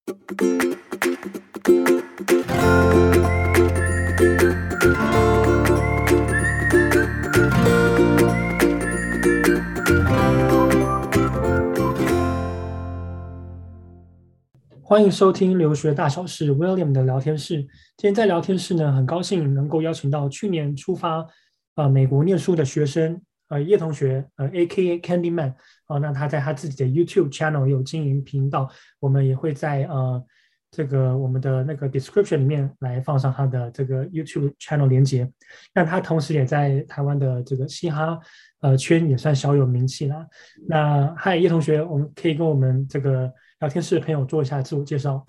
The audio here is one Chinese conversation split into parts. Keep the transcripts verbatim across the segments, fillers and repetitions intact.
欢迎收听留学大小事 William 的聊天室。今天在聊天室呢，很高兴能够邀请到去年出发呃美国念书的学生呃叶同学呃 A K A Candyman 啊、呃，那他在他自己的 YouTube channel 有经营频道，我们也会在呃这个我们的那个 description 里面来放上他的这个 YouTube channel 连接。那他同时也在台湾的这个嘻哈呃圈也算小有名气啦。那嗨叶同学，我们可以跟我们这个聊天室的朋友做一下自我介绍。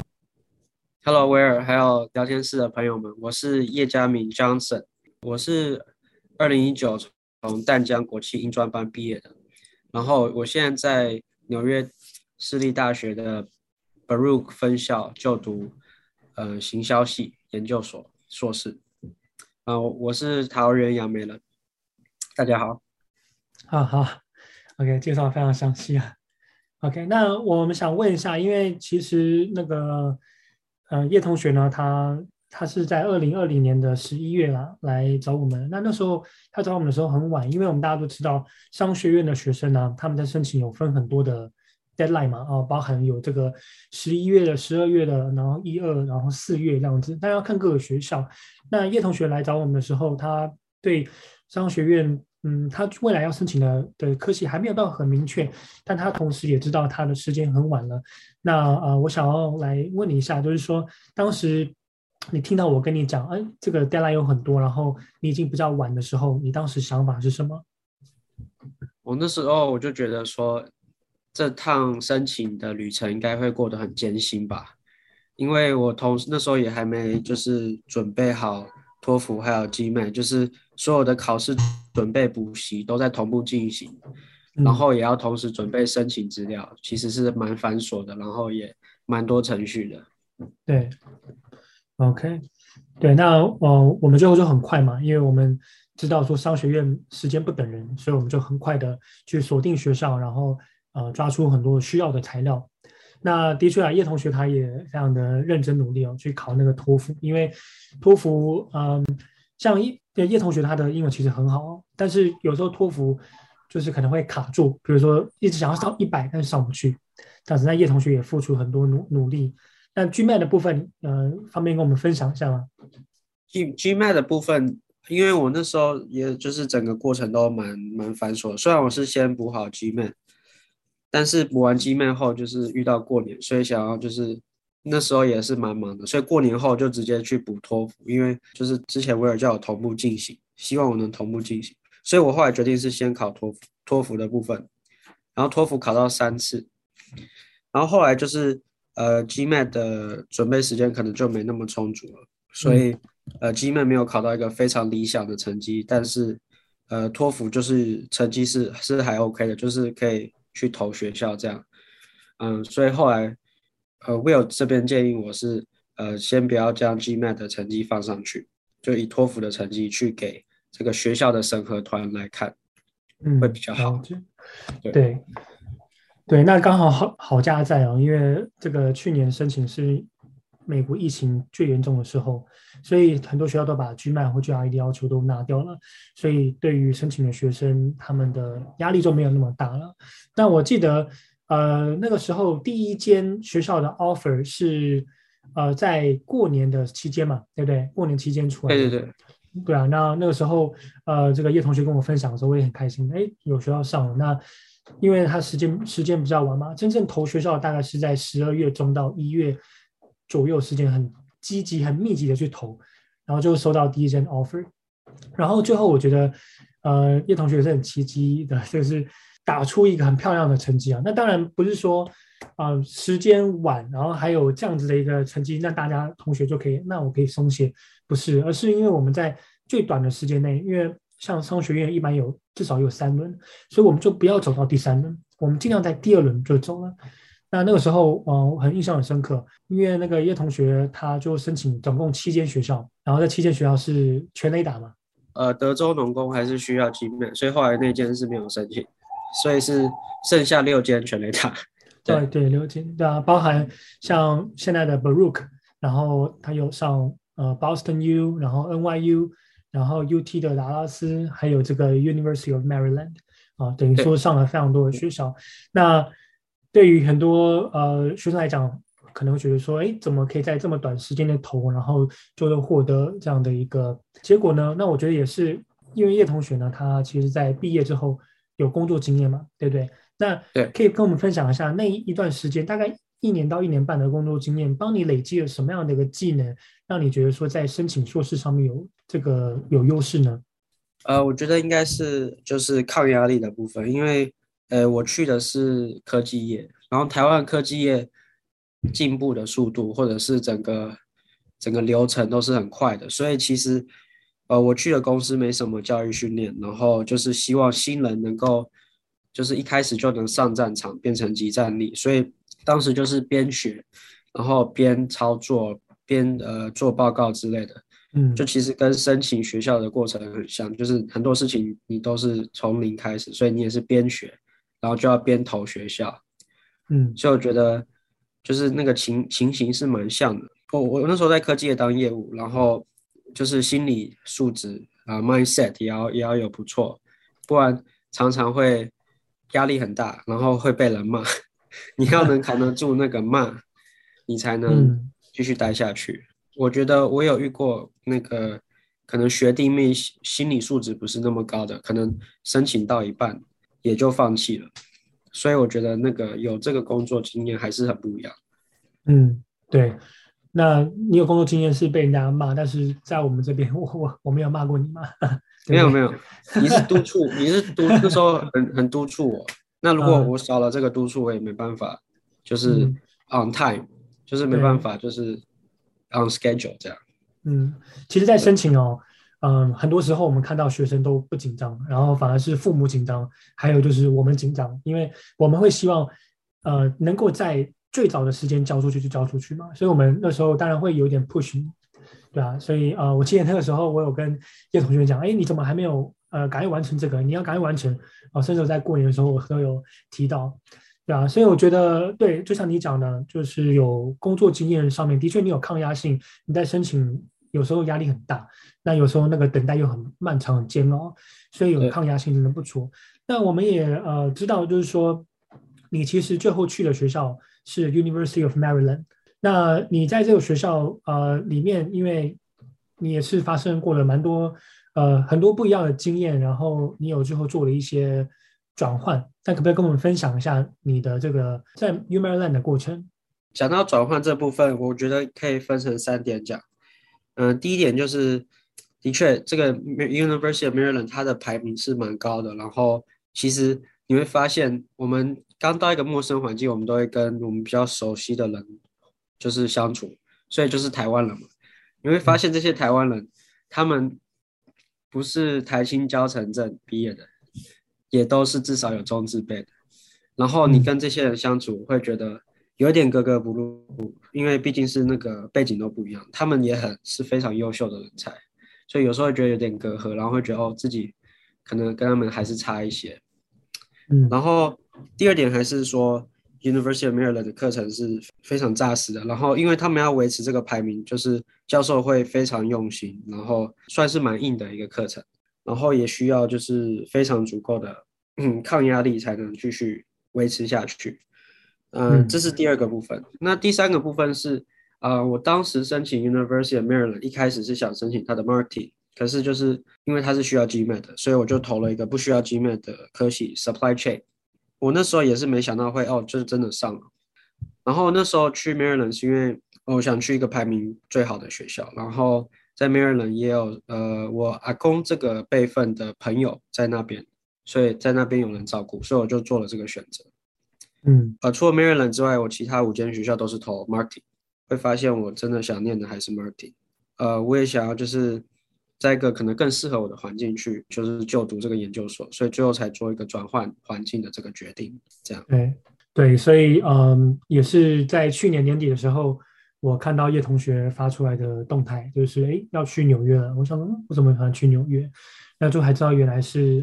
Hello，威尔，还有聊天室的朋友们，我是叶嘉明 Johnson，我是二零一九从淡江国际英专班毕业的，然后我现在在纽约市立大学的 Baruch 分校就读呃行销系研究所硕士，呃，我是桃园杨梅人，大家好。 啊，好，OK，介绍非常详细啊。OK，那我们想问一下，因为其实那个呃叶同学呢，他他是在二零二零年的十一月啦来找我们。那那时候他找我们的时候很晚，因为我们大家都知道商学院的学生呢，他们在申请有分很多的 deadline 嘛，啊，包含有这个十一月的、十二月的，然后一二，然后四月这样子，但要看各个学校。那叶同学来找我们的时候，他对商学院嗯，他未来要申请的的科系还没有到很明确，但他同时也知道他的时间很晚了。那呃，我想要来问你一下，就是说，当时你听到我跟你讲，哎，这个 deadline 有很多，然后你已经比较晚的时候，你当时想法是什么？ 我那时候我就觉得说，这趟申请的旅程应该会过得很艰辛吧，因为我同那时候也还没就是准备好托福还有 G M A T，就是所有的考试准备补习都在同步进行，然嗯， 后也要同时准备申请资料，其实是蛮繁琐的，然后也蛮多程序的。 对，OK，对，那呃，我们最后就很快嘛，因为我们知道说商学院时间不等人，所以我们就很快的去锁定学校，然后呃抓出很多需要的材料。那的确啊，叶同学他也非常的认真努力哦，去考那个托福，因为托福，嗯，像叶叶同学他的英文其实很好哦，但是有时候托福就是可能会卡住，比如说一直想要上一百，但是上不去。但是那叶同学也付出很多努努力。那 G M A T 的部分，呃，方便跟我们分享一下吗？ G GMAT 的部分，因为我那时候也就是整个过程都蛮蛮繁琐的，虽然我是先补好 G M A T，但是补完 G M A T 后就是遇到过年，所以想要就是那时候也是蛮忙的，所以过年后就直接去补托福，因为就是之前威尔叫我同步进行，希望我能同步进行，所以我后来决定是先考托福托福的部分，然后托福考到三次，然后后来就是呃 G M A T 的准备时间可能就没那么充足了，所嗯， 以呃 G M A T 没有考到一个非常理想的成绩，但是呃托福就是成绩是是还 OK 的，就是可以去投学校这样，嗯，所以后来呃 Will 这边建议我是呃先不要将 G M A T 的成绩放上去，就以托福的成绩去给这个学校的审核团来看，会比嗯， 较好。 了解。 对。 对对，那刚好好好家在哦，因为这个去年申请是美国疫情最严重的时候，所以很多学校都把 G M A T 或 G R E 的要求都拿掉了，所以对于申请的学生，他们的压力就没有那么大了。但我记得，呃，那个时候第一间学校的 offer 是，呃，在过年的期间嘛，对不对？过年期间出来的。 对对对。 对啊，那那个时候，呃，这个叶同学跟我分享的时候，我也很开心。哎，有学校上了。那因为他时间时间比较晚嘛，真正投学校大概是在十二月中到一月左右，时间很积极、很密集的去投，然后就收到第一间 offer。然后最后我觉得，呃，叶同学也是很奇迹的，就是打出一个很漂亮的成绩啊。那当然不是说，呃，时间晚，然后还有这样子的一个成绩，那大家同学就可以，那我可以松懈，不是，而是因为我们在最短的时间内，因为像商学院一般有至少有三轮，所以我们就不要走到第三轮，我们尽量在第二轮就走了。那那个时候，呃，我很印象很深刻，因为那个叶同学他就申请总共七间学校，然后这七间学校是全雷打嘛， 呃，德州农工还是需要 G M A T，所以后来那间是没有申请，所以是剩下六间全垒打。 对对对，了解，对啊，包含像现在的 Baruch，然后他有上呃 Boston U，然后 N Y U，然后 U T 的达拉斯，还有这个 University of Maryland，啊，等于说对。 上了非常多的学校。那对于很多呃学生来讲，可能会觉得说，哎，怎么可以在这么短时间内投，然后就能获得这样的一个结果呢？那我觉得也是因为叶同学呢，他其实在毕业之后有工作经验嘛，对不对？那对， 可以跟我们分享一下那一段时间，大概一年到一年半的工作经验，帮你累积了什么样的一个技能，让你觉得说在申请硕士上面有这个有优势呢？ 呃，我觉得应该是就是抗压力的部分，因为呃我去的是科技业，然后台湾科技业进步的速度或者是整个整个流程都是很快的，所以其实呃我去的公司没什么教育训练，然后就是希望新人能够就是一开始就能上战场变成即战力，所以当时就是边学，然后边操作边呃做报告之类的。就嗯其实跟申请学校的过程很像，就是很多事情你都是从零开始，所以你也是边学，然后就要边投学校， 嗯所以我觉得就是那个情情形是蛮像的。我我那时候在科技业当业务，然后就是心理素质啊、mindset 也要也要有不错，不然常常会压力很大，然后会被人骂。你要能扛得住那个骂，你才能嗯继续待下去。我觉得我有遇过那个可能学弟妹心心理素质不是那么高的，可能申请到一半也就放弃了。所以我觉得那个有这个工作经验还是很不一样。 嗯，对。那你有工作经验是被人家骂，但是在我们这边，我我我没有骂过你嘛，对不对？ 没有没有，你是督促，你是督那时候很很督促我。那如果嗯我少了这个督促，我也没办法，就是嗯， on time，就是没办对。 法，就是 on schedule 这样。 嗯，其实，在申对请哦，嗯，很多时候我们看到学生都不紧张，然后反而是父母紧张，还有就是我们紧张，因为我们会希望，呃，能够在最早的时间交出去就交出去嘛，所以我们那时候当然会有一点 push，对啊，所以呃，我记得那个时候我有跟叶同学讲，哎，你怎么还没有呃赶快完成这个？你要赶快完成啊，甚至在过年的时候我都有提到，对啊，所以我觉得对，就像你讲的，就是有工作经验上面，的确你有抗压性，你在申请有时候压力很大，那有时候那个等待又很漫长很煎熬，所以有对， 抗压性真的不错。那我们也呃知道，就是说你其实最后去的学校是 University of Maryland，那你在这个学校呃里面，因为你也是发生过了蛮多呃很多不一样的经验，然后你有最后做了一些转换，那可不可以跟我们分享一下你的这个在 U Maryland 的过程？ 讲到转换这部分，我觉得可以分成三点讲。嗯、呃第一点就是，的确，这个 University of Maryland 它的排名是蛮高的。然后，其实你会发现，我们刚到一个陌生环境，我们都会跟我们比较熟悉的人就是相处，所以就是台湾人嘛。你会发嗯现这些台湾人，他们不是台青交城镇毕业的，也都是至少有中字辈的。然后你嗯跟这些人相处，会觉得有点格格不入，因为毕竟是那个背景都不一样，他们也很是非常优秀的人才，所以有时候会觉得有点隔阂，然后会觉得哦自己可能跟他们还是差一些。 嗯然后第二点还是说，University of Maryland 的课程是非常扎实的，然后因为他们要维持这个排名，就是教授会非常用心，然后算是蛮硬的一个课程，然后也需要就是非常足够的嗯抗压力才能继续维持下去。嗯、呃这嗯是第二个部分。那第三个部分是，啊、呃我当时申请 University of Maryland，一开始是想申请它的 marketing，可是就是因为它是需要 G M A T 的，所以我就投了一个不需要 G M A T 的科系 supply chain。我那时候也是没想到会哦，就是真的上了。然后那时候去 Maryland 是因为我想去一个排名最好的学校，然后在 Maryland 也有呃我阿公这个辈分的朋友在那边，所以在那边有人照顾，所以我就做了这个选择。 嗯呃，除了 Maryland 之外，我其他五间学校都是投 marketing，会发现我真的想念的还是 marketing。呃，我也想要就是在一个可能更适合我的环境去，就是就读这个研究所，所以最后才做一个转换环境的这个决定。这样， 对对，所以嗯，也是在去年年底的时候，我看到叶同学发出来的动态，就是诶要去纽约了。我想，嗯我怎么可能去纽约？那就还知道原来是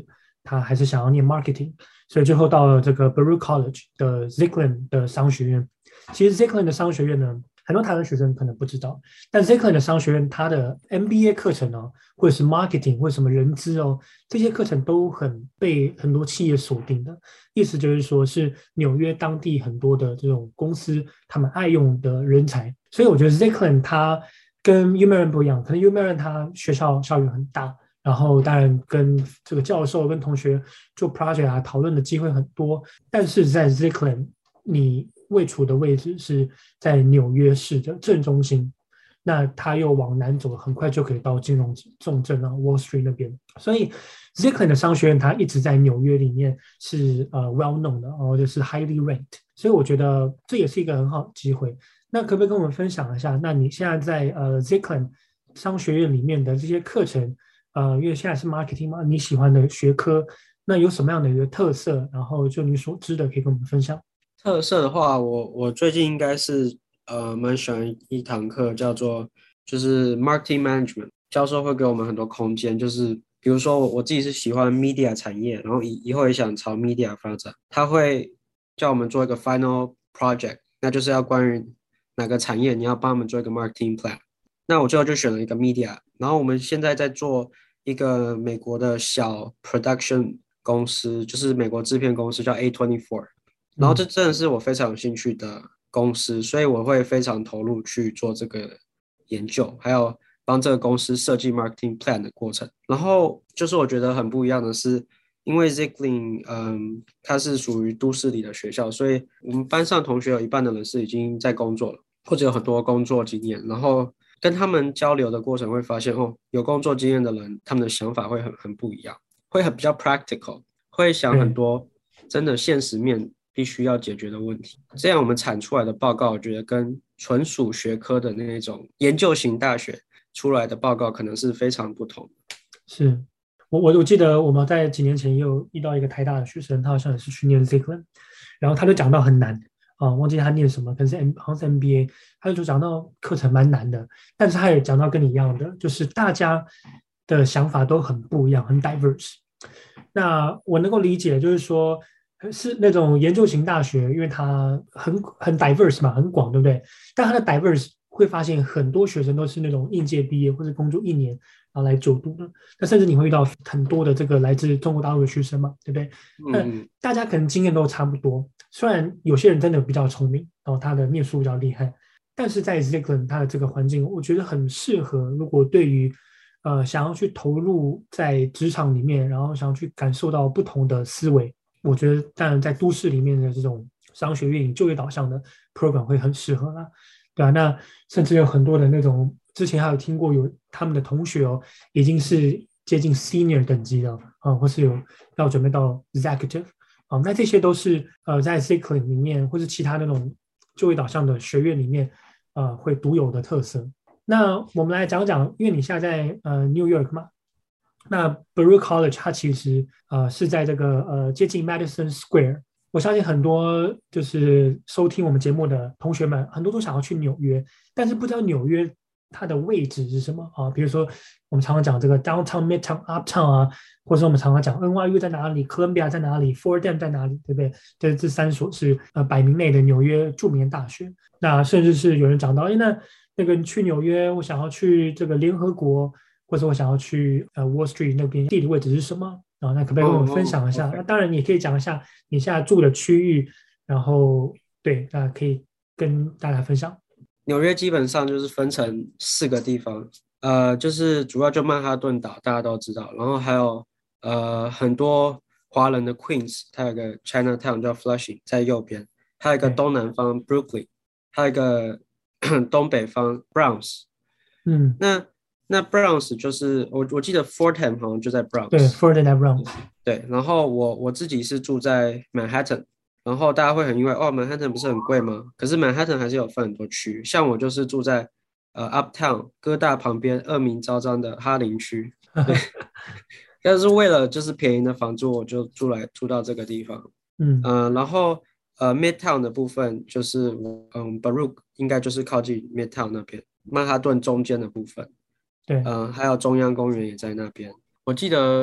他还是想要念 marketing，所以最后到了这个 Baruch College 的 Zicklin 的商学院。其实 Zicklin 的商学院呢，很多台湾学生可能不知道，但 Zicklin 的商学院它的 M B A 课程呢、哦，或者是 marketing 或者什么人资哦，这些课程都很被很多企业锁定的。意思就是说，是纽约当地很多的这种公司他们爱用的人才。所以我觉得 Zicklin 它跟 UMaryton 不一样，可能 UMaryton 它学校校园很大。然后当然跟这个教授跟同学做 project 啊讨论的机会很多，但是在 Zicklin 你位处的位置是在纽约市的正中心，那他又往南走，很快就可以到金融重镇啊 Wall Street 那边，所以 Zicklin 的商学院它一直在纽约里面是呃 well known 的，然后就是 highly ranked， 所以我觉得这也是一个很好的机会。那可不可以跟我们分享一下？那你现在在呃 Zicklin 商学院里面的这些课程？呃，因为现在是 marketing 嘛，你喜欢的学科，那有什么样的一个特色？然后就你所知的，可以跟我们分享。 特色的话，我我最近应该是呃蛮喜欢一堂课叫做就是 marketing management，教授会给我们很多空间，就是比如说我我自己是喜欢 media 产业，然后以以后也想朝 media 发展，他会叫我们做一个 final project，那就是要关于哪个产业，你要帮我们做一个 marketing plan。那我最后就选了一个 media，然后我们现在在做一个美国的小 production 公司，就是美国制片公司叫 A 二十四，然后这嗯， 真的是我非常有兴趣的公司，所以我会非常投入去做这个研究，还有帮这个公司设计 marketing plan 的过程。然后就是我觉得很不一样的是，因为 Zicklin，嗯，它是属于都市里的学校，所以我们班上同学有一半的人是已经在工作了，或者有很多工作经验，然后跟他们交流的过程会发现，哦，有工作经验的人，他们的想法会很很不一样，会很比较 practical，会想很对， 多真的现实面必须要解决的问题。这样我们产出来的报告，我觉得跟纯属学科的那种研究型大学出来的报告可能是非常不同的。 是我我我记得我们在几年前也有遇到一个台大的学生，他好像也是去念 Zicklin，然后他就讲到很难啊，忘记他念什么，可能是 M 好像是 M B A，他就讲到课程蛮难的，但是他也讲到跟你一样的，就是大家的想法都很不一样，很 diverse。那我能够理解，就是说是那种研究型大学，因为它很很 diverse 嘛，很广，对不对？但它的 diverse 会发现很多学生都是那种应届毕业或者工作一年然后来就读的，那甚至你会遇到很多的这个来自中国大陆的学生嘛，对不对？那嗯嗯， 大家可能经验都差不多，虽然有些人真的比较聪明，然后他的念书比较厉害，但是在 Zicklin 它的这个环境，我觉得很适合，如果对于呃想要去投入在职场里面，然后想要去感受到不同的思维，我觉得当然在都市里面的这种商学院以就业导向的 program 会很适合啦，对啊，那甚至有很多的那种，之前还有听过有他们的同学哦，已经是接近 senior 等级的啊，或是有要准备到 executive 啊，那这些都是呃在 Zicklin 里面或是其他那种就业导向的学院里面呃会独有的特色。那我们来讲讲，因为你现在在呃 New York 嘛，那 Baruch College 它其实呃是在这个呃接近 Madison Square。我相信很多就是收听我们节目的同学们，很多都想要去纽约，但是不知道纽约它的位置是什么啊？比如说我们常常讲这个 downtown、midtown、uptown 啊，或者说我们常常讲 N Y U 在哪里，哥伦比亚在哪里，Fordham 在哪里，对不对？这这三所是呃百名内的纽约著名大学。那甚至是有人讲到，哎，那那个去纽约，我想要去这个联合国，或者我想要去呃 Wall Street 那边地理位置是什么？啊，那可不可以哦跟我们分哦享一下？那 ，OK。 当然，你也可以讲一下你现在住的区域，然后对，那可以跟大家分享。 纽约基本上就是分成四个地方，呃，就是主要就曼哈顿岛，大家都知道，然后还有呃很多华人的 Queens，它有个 Chinatown 叫 Flushing 在右边，还有一个对， 东南方 Brooklyn，还有一个东北方 Bronx。 嗯， 那那 Bronx 就是我我记得 Fordham 好像就在对 Bronx。 ，Further That Rounds， 对，然后我我自己是住在 Manhattan，然后大家会很意外，哦，Manhattan 不是很贵吗？可是 Manhattan 还是有分很多区，像我就是住在呃 Uptown 哥大旁边恶名昭彰的哈林区，对，但是为了就是便宜的房租，我就住来住到这个地方， 嗯， 嗯、呃然后呃 Midtown 的部分就是我嗯 Baruch 应该就是靠近 Midtown 那边，曼哈顿中间的部分， 对， 嗯、呃还有中央公园也在那边，我记得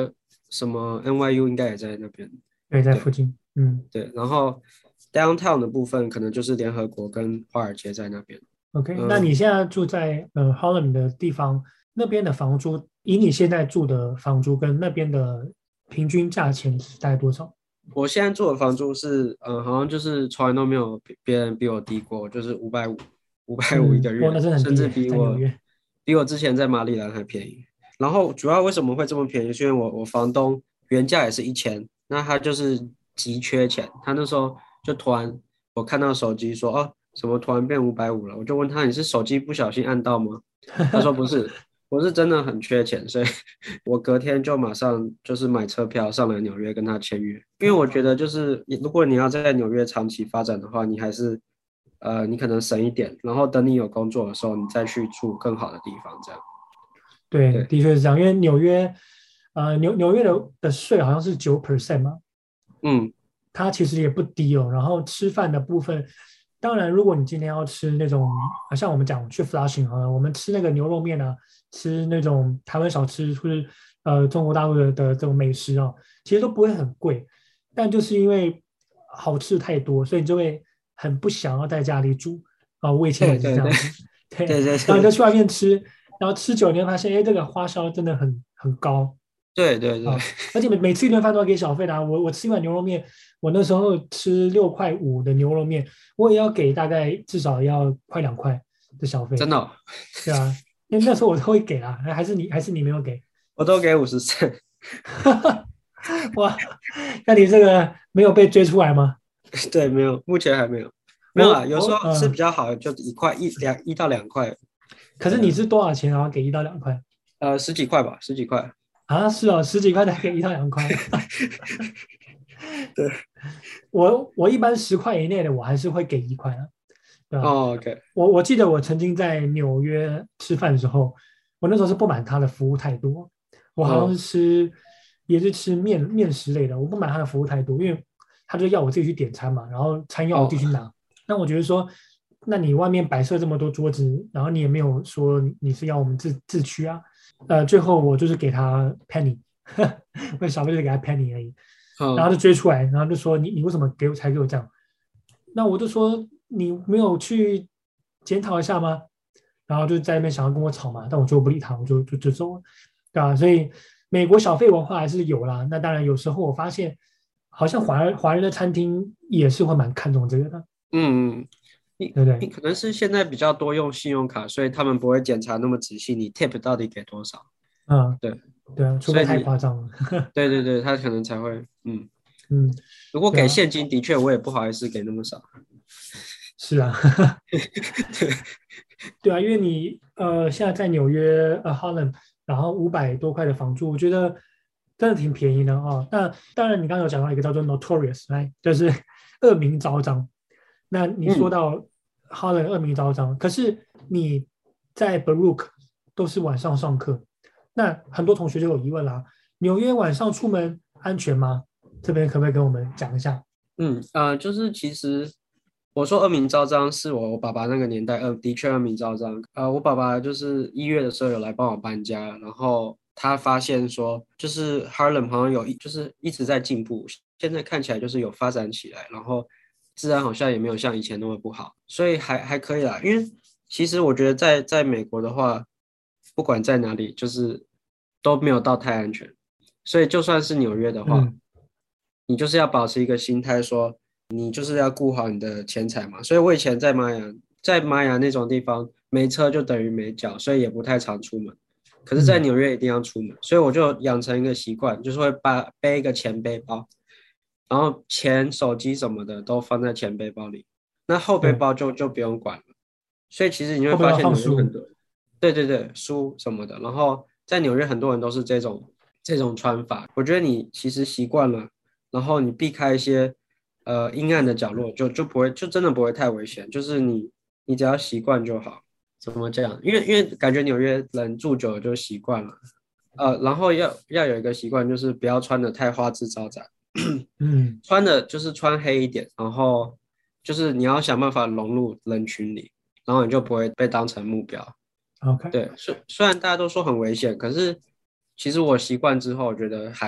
什么 N Y U 应该也在那边。 对，在附近。嗯对，然后 downtown 的部分可能就是联合国跟华尔街在那边。 ，OK，那嗯、 你现在住在呃 Harlem 的地方，那边的房租，以你现在住的房租跟那边的平均价钱是大概多少？ 我现在住的房租是，嗯、好像就是从来都没有比别人比我低过，就是五百五，五百五一嗯，哇， 个月， 那真的很甚至低耶， 比我在纽约。 比我之前在马里兰还便宜。然后主要为什么会这么便宜，是因为我我房东原价也是一千，那他就是急缺钱，他那时候就突然我看到手机说，哦，怎么突然变五百五了？我就问他，你是手机不小心按到吗？他说不是，我是真的很缺钱，所以我隔天就马上就是买车票上了纽约跟他签约。因为我觉得就是如果你要在纽约长期发展的话，你还是呃你可能省一点，然后等你有工作的时候，你再去住更好的地方，这样。 对， 对， 的确是这样，因为纽约，呃，纽纽约的的税好像是九 percent 嘛， 嗯， 它其实也不低哦。然后吃饭的部分，当然，如果你今天要吃那种，啊像我们讲去 Flushing 啊，我们吃那个牛肉面啊，吃那种台湾小吃或者呃中国大陆的的这种美食啊，其实都不会很贵，但就是因为好吃太多，所以你就会很不想要在家里煮啊。我以前也是对对对这样子，对， 对对对然后你就去外面吃，然后吃久你会发现，哎，这个花销真的很很高。 对对对， 啊，而且每每次一顿饭都要给小费的啊。我我吃一碗牛肉面，我那时候吃六块五的牛肉面，我也要给大概至少要快两块的小费， 真的哦对啊，那那时候我都会给啦，还是你还是你没有给？ 我都给五十胜。 哇，那你这个没有被追出来吗？ 对，没有，目前还没有，没有啊， 我有时候是比我嗯， 较好的，就一块一两一到两块， 可是你呃是多少钱然后给一到两块呃十几块吧，十几块。 啊？是哦，十几块才给一到两块。 对， 我我一般十块以内的我还是会给一块的，对吧？ 哦，OK， 我我记得我曾经在纽约吃饭的时候，我那时候是不满他的服务态度，我好像是嗯， 吃也是吃面面食类的，我不满他的服务态度，因为他就要我自己去点餐嘛，然后餐要我自哦， 己去拿。那我觉得说，那你外面摆设这么多桌子，然后你也没有说你你是要我们自自取啊，呃，最后我就是给他 penny，我小费就是给他 penny 而已，然后嗯， 就追出来，然后就说你你为什么给我才给我这样？那我就说你没有去检讨一下吗？然后就在那边想要跟我吵嘛，但我就不理他，我就就就走了，对吧？所以美国小费文化还是有啦。那当然，有时候我发现好像华人华人的餐厅也是会蛮看重这个的， 嗯嗯，你对不对？ 你可能是现在比较多用信用卡，所以他们不会检查那么仔细，你 tip 到底给多少？ 嗯， 对， 对啊，除非太所以你夸张了。 对对对，他可能才会，嗯， 嗯， 如果对啊， 给现金，的确我也不好意思给那么少。 是啊，对啊，因为你呃现在在纽约呃 Harlem，然后五百多块的房租，我觉得真的挺便宜的啊。那当然，你刚刚有讲到一个叫做 notorious，来就是恶名昭彰。那你说嗯， 到 Harlem 恶名昭彰，可是你在 Baruch 都是晚上上课，那很多同学就有疑问啦：纽约晚上出门安全吗？这边可不可以跟我们讲一下？ 嗯，呃，就是其实我说恶名昭彰是我我爸爸那个年代，呃，的确恶名昭彰。呃，我爸爸就是一月的时候有来帮我搬家，然后他发现说，就是 Harlem 好像有一就是一直在进步，现在看起来就是有发展起来，然后治安好像也没有像以前那么不好，所以还还可以啦。因为其实我觉得在在美国的话，不管在哪里，就是都没有到太安全。所以就算是纽约的话， 嗯， 你就是要保持一个心态说。你就是要顾好你的钱财嘛。所以我以前在玛雅，在玛雅那种地方，没车就等于没脚，所以也不太常出门。可是，在嗯， 纽约一定要出门，所以我就养成一个习惯，就是会把背一个前背包，然后钱、手机什么的都放在前背包里，那后背对， 包就就不用管了。所以其实你会后面要发现放书。 纽约很多，对对对，书什么的，然后在纽约很多人都是这种这种穿法。我觉得你其实习惯了，然后你避开一些呃阴暗的角落，就就不会就真的不会太危险。就是你你只要习惯就好。怎么这样？因为因为感觉纽约人住久了就习惯了，呃，然后要要有一个习惯，就是不要穿的太花枝招展， 嗯穿的就是穿黑一点，然后就是你要想办法融入人群里，然后你就不会被当成目标。 ，OK。 对，虽虽然大家都说很危险，可是其实我习惯之后，我觉得还好，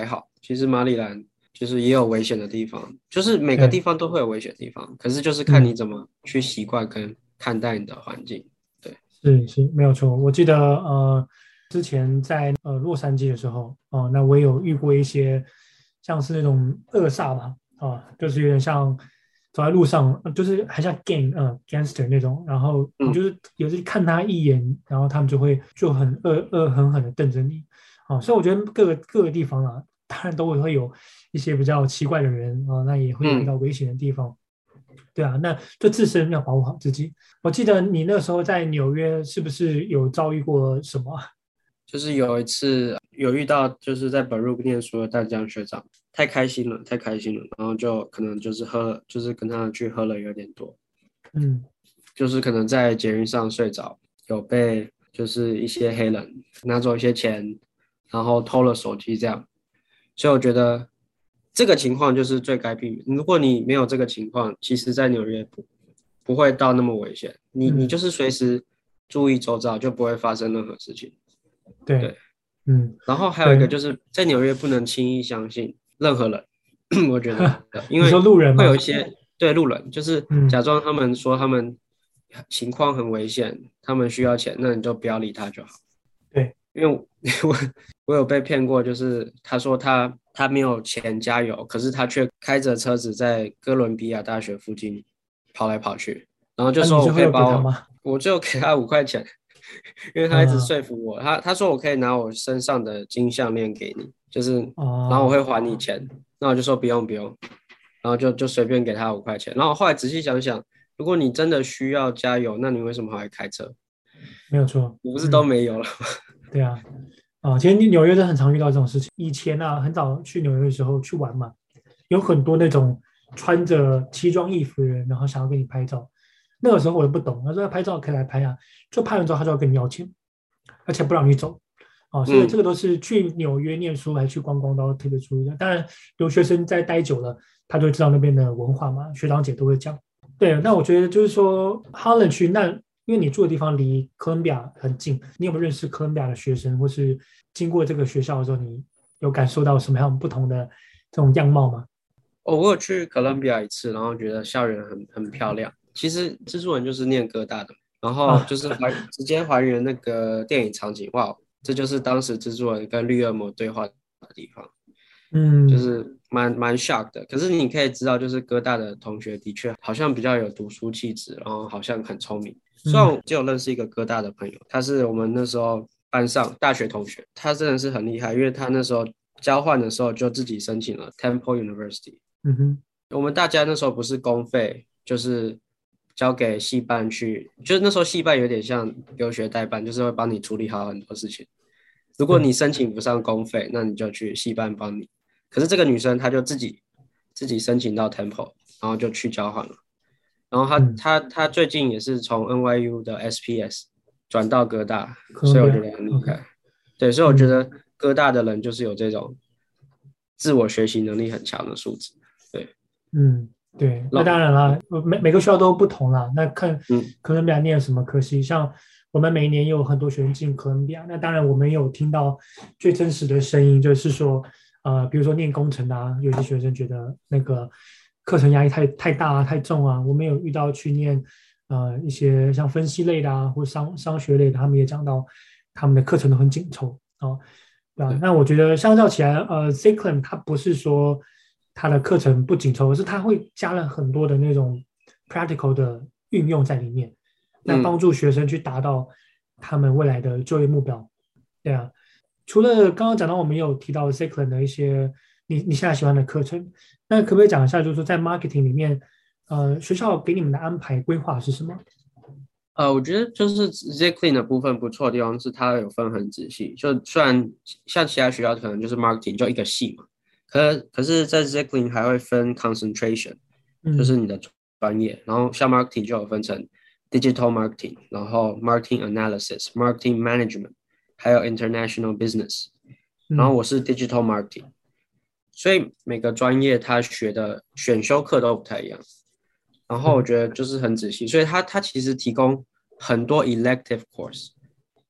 其实马里兰就是也有危险的地方，就是每个对， 地方都会有危险的地方，可是就是看你嗯。 怎么去习惯跟看待你的环境。对， 是是，没有错。我记得呃，之前在呃洛杉矶的时候，哦、那我也有遇过一些像是那种恶煞吧，啊、就是有点像走在路上，呃就是很像 gang 呃 gangster 那种，然后你嗯就是有时看他一眼，然后他们就会就很恶恶狠狠的瞪着你，啊、所以我觉得各个各个地方啊，当然都会会有一些比较奇怪的人啊、那也会有遇嗯。 到危险的地方。对啊，那就自身要保护好自己。我记得你那时候在纽约是不是有遭遇过什么啊？ 就是有一次有遇到，就是在本入念书的淡江学长，太开心了，太开心了，然后就可能就是喝了，就是跟他去喝了有点多， 嗯就是可能在捷运上睡着，有被就是一些黑人拿走一些钱，然后偷了手机这样，所以我觉得这个情况就是最该避免。如果你没有这个情况，其实在纽约不不会到那么危险，你你就嗯， 是随时注意周遭，就不会发生任何事情。 对， 对。 嗯然后还有一个对， 就是在纽约不能轻易相信任何人，我觉得，因你说为路人吗？ 会有一些对路人，就是假嗯装他们说他们情况很危险，他们需要钱，那你就不要理他就好。 对， 因为我我我有被骗过，就是他说他他没有钱加油，可是他却开着车子在哥伦比亚大学附近跑来跑去，然后就那、你说我最后有给可以把我， 他吗？ 我就给他五块钱，因为他一直嗯说服我，他他说我可以拿我身上的金项链给你，就是然后我会哦， 还你钱，那我就说不用不用，然后就就随便给他五块钱，然后我后来仔细想想，如果你真的需要加油，那你为什么还会开车？ 没有错。 你不是都嗯， 没有了吗？ 对啊，啊，其实你纽约都很常遇到这种事情。以前啊，很早去纽约的时候去玩嘛，有很多那种穿着奇装异服的人，然后想要跟你拍照。那个时候我也不懂，他说要拍照可以来拍啊，就拍完之后他就要跟你要钱，而且不让你走。啊，所以这嗯。 个都是去纽约念书还是去观光都要特别注意的。当然，留学生在待久了，他就会知道那边的文化嘛，学长姐都会讲。对，那我觉得就是说，哈伦区那因为你住的地方离哥伦比亚很近，你有没有认识哥伦比亚的学生，或是经过这个学校的时候，你有感受到什么样不同的这种样貌吗？ 哦，我有去哥伦比亚一次，然后觉得校园很很漂亮。其实蜘蛛人就是念哥大的，然后啊， 就是还直接还原那个电影场景，哇，这就是当时蜘蛛人跟绿恶魔对话的地方，就嗯是蛮蛮 shock 的。可是你可以知道，就是哥大的同学的确好像比较有读书气质，然后好像很聪明。虽然嗯我只有认识一个哥大的朋友，他是我们那时候班上大学同学，他真的是很厉害，因为他那时候交换的时候就自己申请了 Temple University。 嗯哼， 我们大家那时候不是公费，就是交给系办去，就是那时候系办有点像留学代办，就是会帮你处理好很多事情。如果是， 你申请不上公费，那你就去系办帮你。可是这个女生她就自己自己申请到 Temple，然后就去交换了。然后她嗯， 她她最近也是从 N Y U 的 S P S 转到哥大， 哥伦比亚所以我觉得很厉 ，OK， 害。对，所以我觉嗯得哥大的人就是有这种自我学习能力很强的素质。对， 嗯，对，那当让然啦，呃每每个学校都不同啦。那看嗯哥伦比亚念什么科系，像我们每一年也有很多学生进哥伦比亚。那当然，我们也有听到最真实的声音，就是说，呃，比如说念工程的啊，有些学生觉得那个课程压力太太大啊，太重啊。我们有遇到去念呃一些像分析类的啊，或商商学类的，他们也讲到他们的课程都很紧凑啊。对吧？ 对那我觉得相较起来，呃 z i c l i n 它不是说它的课程不紧凑，而是它会加了很多的那种 practical 的运用在里面，那帮嗯。 助学生去达到他们未来的就业目标。对啊，除了刚刚讲到我们有提到 z i c l i n 的一些你你现在喜欢的课程，那可不可以讲一下，就是说在 marketing 里面，呃，学校给你们的安排规划是什么？ 呃，我觉得就是 Zclean 的部分不错的地方是它有分很仔细，就虽然像其他学校可能就是 marketing 就一个系嘛，可可是在 Zclean 还会分 concentration，就是嗯你的专业，然后像 marketing 就有分成 digital marketing，然后 marketing analysis、marketing management，还有 international business，然后嗯我是 digital marketing，所以每个专业他学的选修课都不太一样。然后我是觉得就是很仔细，所以他他其实提供很多 elective course，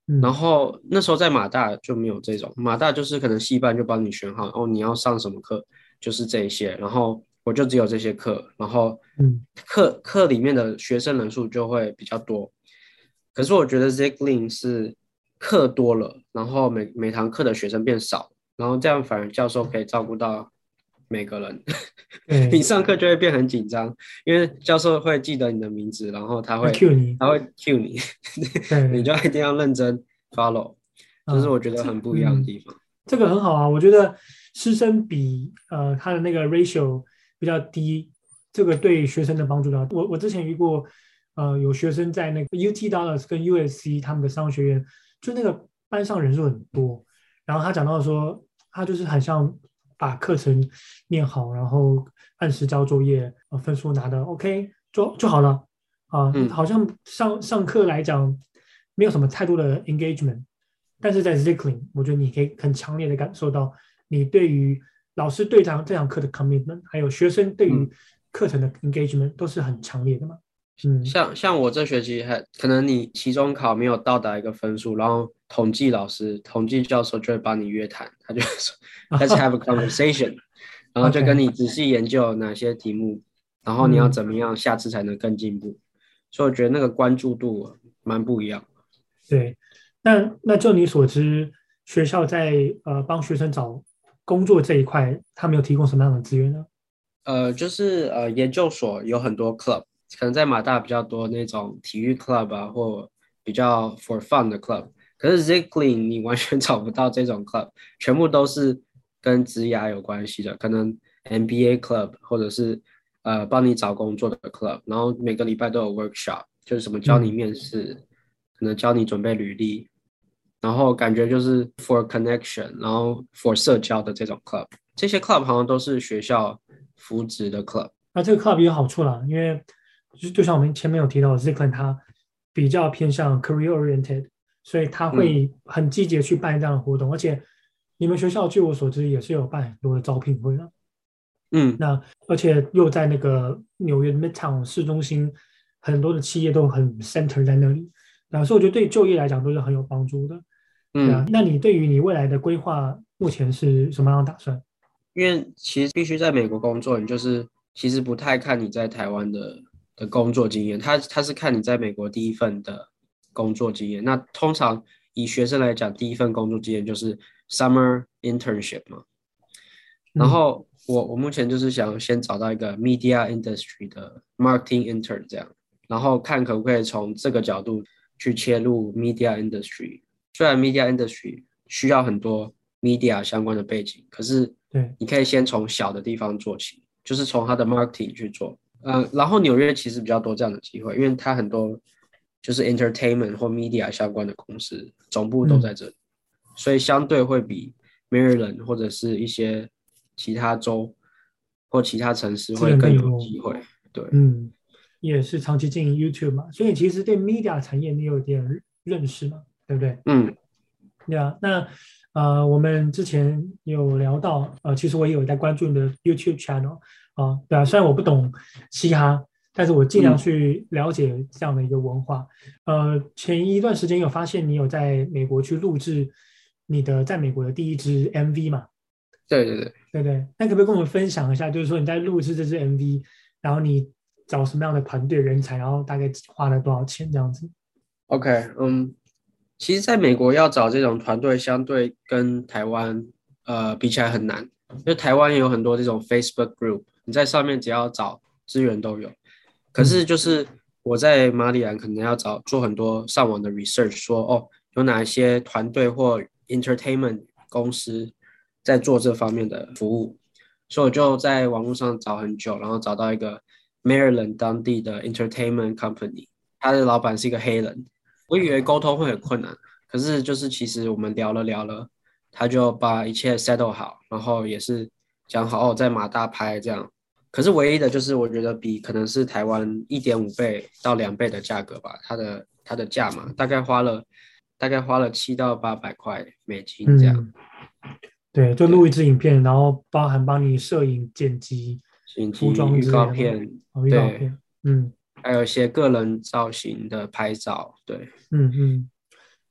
然嗯后那时候在马大就没有这种，马大就是可能系办就帮你选好，哦，你要上什么课就是这一些，然后我就只有这些课，然后嗯， 课课里面的学生人数就会比较多。可是我觉得 Zigling 是课多了，然后每每堂课的学生变少，然后这样反而教授可以照顾到每个人。你对， 上课就会变很紧张，因为教授会记得你的名字，然后他那会 Q 你， 他会 cue 你， 对对， 你就一定要认真 follow，就是啊， 我觉得这很不一样的嗯， 地方。 这个很好啊，我觉得师生比呃他的那个 ratio 比较低，这个对学生的帮助的。我我之前遇过，呃，有学生在那个 U T Dallas 跟 U S C 他们的商学院，就那个班上人数很多，然后他讲到说，他就是很像把课程念好，然后按时交作业，呃，分数拿的 OK 就就好了啊， 嗯， 好像上上课来讲没有什么太多的 engagement。但是在 Zikling，我觉得你可以很强烈的感受到你对于老师对这堂这堂课的 commitment，还有学生对于嗯， 课程的 engagement 都是很强烈的嘛。嗯， 像像我这学期还可能你期中考没有到达一个分数，然后统计老师、统计教授就会帮你约谈，他就会说啊 Let's have 哈 a conversation，然后就跟 ，OK， 你仔细研究哪些题目，然后你要嗯， 怎么样下次才能更进步。所以我觉得那个关注度蛮不一样。 对。那那就你所知，学校在呃帮学生找工作这一块，他们有提供什么样的资源呢？ 呃，就是呃，研究所有很多 club，可能在马大比较多那种体育 club 啊，或比较 for fun 的 club。可是 Zigling 你完全找不到这种 club，全部都是跟职涯有关系的，可能 M B A club 或者是呃帮你找工作的 club，然后每个礼拜都有 workshop，就是什么教你嗯， 面试，可能教你准备履历，然后感觉就是 for connection，然后 for 社交的这种 club。这些 club 好像都是学校扶植的 club。 那这个 club 也有好处啦，因为就就像我们前面有提到 z i k l i n 它比较偏向 career oriented，所以他嗯会很积极的去办这样的活动，而且你们学校据我所知也是有办很多的招聘会的。 嗯， 那而且又在那个纽约的 Midtown 市中心，很多的企业都很 center 在那里，啊，所以我觉得对就业来讲都是很有帮助的。对啊， 嗯， 那你对于你未来的规划目前是什么样的打算？ 因为其实必须在美国工作，你就是其实不太看你在台湾的的工作经验，他他是看你在美国第一份的工作经验。那通常以学生来讲，第一份工作经验就是 summer internship 嘛。然嗯后我我目前就是想先找到一个 media industry 的 marketing intern 这样，然后看可不可以从这个角度去切入 media industry。虽然 media industry 需要很多 media 相关的背景，可是对， 你可以先从小的地方做起，就是从它的 marketing 去做。呃，然后纽约其实比较多这样的机会，因为它很多就是 entertainment 或 media 相关的公司总部都在嗯， 这里，所以相对会比 Maryland 或者是一些其他州或其他城市资会更源更多。 有机会。对， 嗯，你也是长期经营 YouTube 嘛，所以其实对 media 产业你有点认识嘛，对不对？ 嗯对啊，那呃，我们之前有聊到，呃，其实我也有在关注你的 YouTube channel 啊，对啊，虽然我不懂嘻哈，但是我尽量嗯， 去了解这样的一个文化。呃，前一段时间有发现你有在美国去录制你的在美国的第一支 M V 嘛， 对对对对不对？那可不可以跟我们分享一下，就是说你在录制这支 M V，然后你找什么样的团队人才，然后大概花了多少钱这样子？ ，OK，嗯，其实在美国要找这种团队，相对跟台湾呃比起来很难，因为台湾也有很多这种 Facebook group，你在上面只要找资源都有。可是嗯就是我在马里兰可能要找做很多上网的 research，说哦有哪一些团队或 entertainment 公司在做这方面的服务，所以我就在网络上找很久，然后找到一个 Maryland 当地的 entertainment company，他的老板是一个黑人，我以为沟通会很困难，可是就是其实我们聊了聊了，他就把一切 settle 好，然后也是讲好哦在马大拍这样。可是唯一的就是我觉得比可能是台湾一点五倍到两倍的价格吧，它的它的价码大概花了大概花了七到八百块美金这样。 嗯。对，就录对， 一支影片，然后包含帮你摄影、剪辑、 剪服装辑预告之类的吗？ 片， 哦，预告对， 片，嗯还有一些个人造型的拍照，对， 嗯嗯。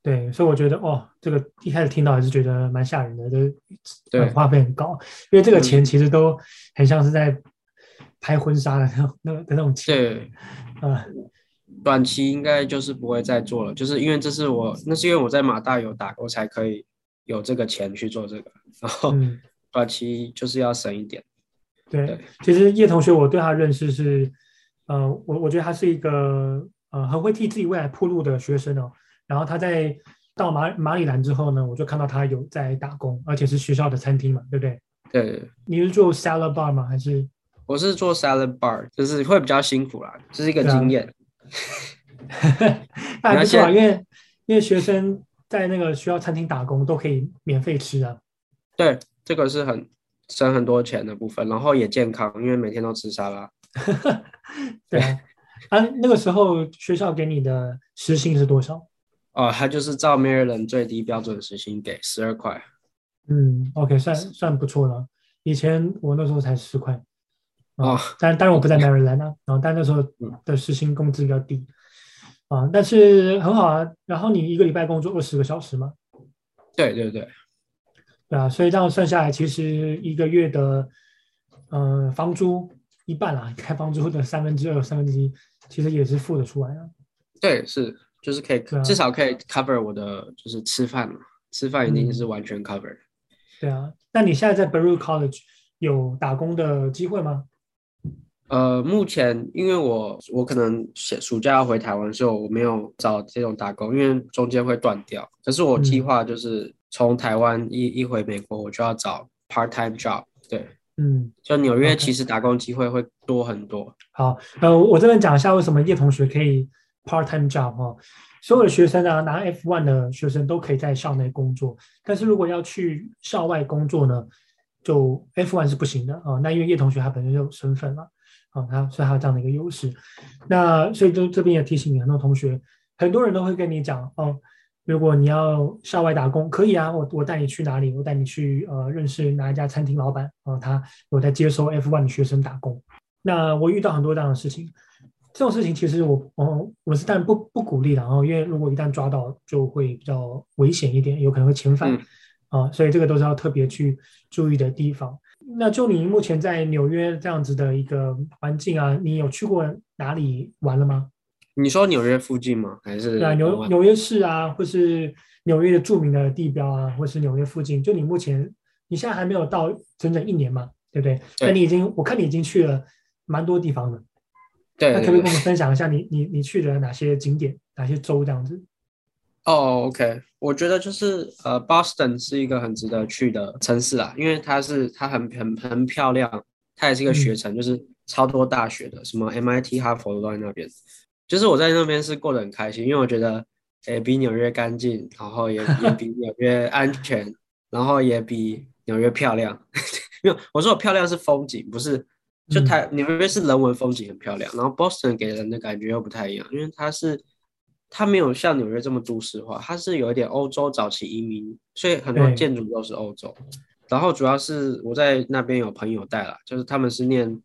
对，所以我觉得哦，这个一开始听到还是觉得蛮吓人的，就是呃对， 花费很高，因为这个钱嗯， 其实都很像是在拍婚纱的那种那的那种钱， 对， 啊、 短期应该就是不会再做了，就是因为这是我，那是因为我在马大有打过，才可以有这个钱去做这个，然后嗯。 短期就是要省一点。 对， 对， 其实叶同学，我对他认识是，呃，我我觉得他是一个呃很会替自己未来铺路的学生哦。然后他在到马马里兰之后呢，我就看到他有在打工，而且是学校的餐厅嘛，对不对？ 对， 你是做 salad bar 吗？还是我是做 salad bar，就是会比较辛苦啦，这是一个对啊？ 经验。 那还不错啊，因你要先， 为因为学生在那个学校餐厅打工都可以免费吃啊。 对，这个是很省很多钱的部分，然后也健康，因为每天都吃沙拉。 对啊，啊，那个时候学校给你的时薪是多少？ 哦，他就是照 Maryland 最低标准时薪给十二块。 嗯，OK，算算不错了。以前我那时候才十块哦， 啊，但当然我不在 Maryland 啊，然后但那时候嗯， 的时薪工资比较低啊，但是很好啊。然后你一个礼拜工作二十个小时嘛， 对对对， 对啊，所以这样算下来，其实一个月的嗯、呃房租一半啦，开房租的三分之二、三分之一，其实也是付得出来的。 对，是，就是可以， 对啊， 至少可以 cover 我的就是吃饭嘛，吃饭一定是嗯， 完全 cover。 对啊。那你现在在 Baruch College 有打工的机会吗？ 呃，目前因为我我可能暑暑假要回台湾，所以我没有找这种打工，因为中间会断掉。可是我计嗯划就是从台湾一一回美国，我就要找 part time job。对， 嗯就纽约其 ，OK。 实打工机会会多很多。 好，呃，我这边讲一下为什么叶同学可以 part time job 哈。所有的学生啊，拿 F 一 的学生都可以在校内工作，但是如果要去校外工作呢，就 F 一 是不行的啊。那因为叶同学他本身就有身份嘛，啊，他所以他有这样的一个优势。那所以就这边也提醒你，很多同学，很多人都会跟你讲哦，如果你要校外打工，可以啊，我我带你去哪里？我带你去呃认识哪一家餐厅老板啊，他有在接收 F 一 的学生打工。那我遇到很多这样的事情，这种事情其实我，哦，我是当然不不鼓励的，然后因为如果一旦抓到，就会比较危险一点，有可能会遣返嗯， 啊，所以这个都是要特别去注意的地方。那就你目前在纽约这样子的一个环境啊，你有去过哪里玩了吗？ 你说纽约附近吗？还对啊， 是国外？ 纽纽约市啊，或是纽约的著名的地标啊，或是纽约附近，就你目前你现在还没有到整整一年嘛，对不对？但对你已经，我看你已经去了蛮多地方了。那可不可以对对对。 跟我们分享一下你你你去的哪些景点、哪些州这样子？ 哦，OK，我觉得就是呃，Boston 是一个很值得去的城市啦，因为它是它很很很漂亮，它也是一个学嗯城，就是超多大学的，什么 M I T、哈佛都在那边。就是我在那边是过得很开心，因为我觉得，诶，比纽约干净，然后也也比纽约安全，然后也比纽约漂亮。没有，我说我漂亮是风景，不是就嗯， 台纽约是人文风景很漂亮，然后 Boston 给人的感觉又不太一样，因为它是它没有像纽约这么都市化，它是有一点欧洲早期移民，所以很多对， 建筑都是欧洲。然后主要是我在那边有朋友带啦，就是他们是念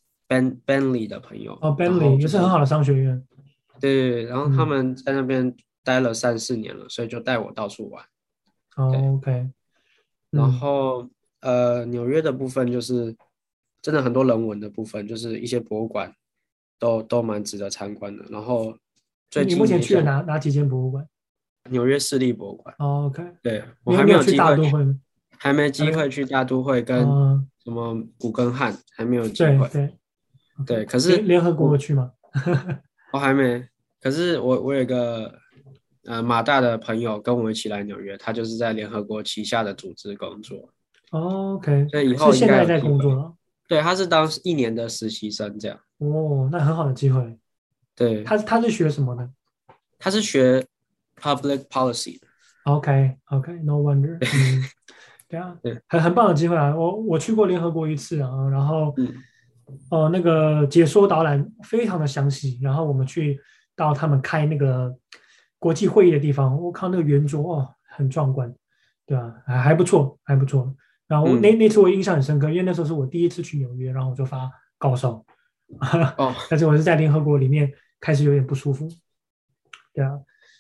Ben Bentley 的朋友， 哦然后 ，Bentley 也就是是很好的商学院。 对，然后他嗯， 们在那边待了三四年了，所以就带我到处玩。对， 哦，OK， 然嗯， 后呃，纽约的部分就是真的很多人文的部分，就是一些博物馆都都蛮值得参观的。然后最你目前去了近也想哪哪几间博物馆？ 纽约市立博物馆， 哦，OK， 对，我你有还没你有去大有机会去， 都会吗？ 还没还没， 机会去大都会跟嗯， 什么古根汉，还没有机会。 对对，OK， 对，可是联联合国有我去吗？ 我还没，可是我我有一个呃马大的朋友跟我一起来纽约，他就是在联合国旗下的组织工作， 哦，OK， 所以以后应是现在在该有机会。 工作了。 对，他是当一年的实习生这样。 哦，那很好的机会。 对， 他他是学什么的他是学 public policy 的。 ？OK OK，No wonder，嗯。对啊， 对， 很很棒的机会啊！我我去过联合国一次啊，然后嗯， 哦，那个解说导览非常的详细，然后我们去到他们开那个国际会议的地方，我靠那个圆桌哦，很壮观，对吧？还还不错，还不错。然后那嗯， 那次我印象很深刻，因为那时候是我第一次去纽约，然后我就发高烧， 哦， 但是我是在联合国里面开始有点不舒服，对啊。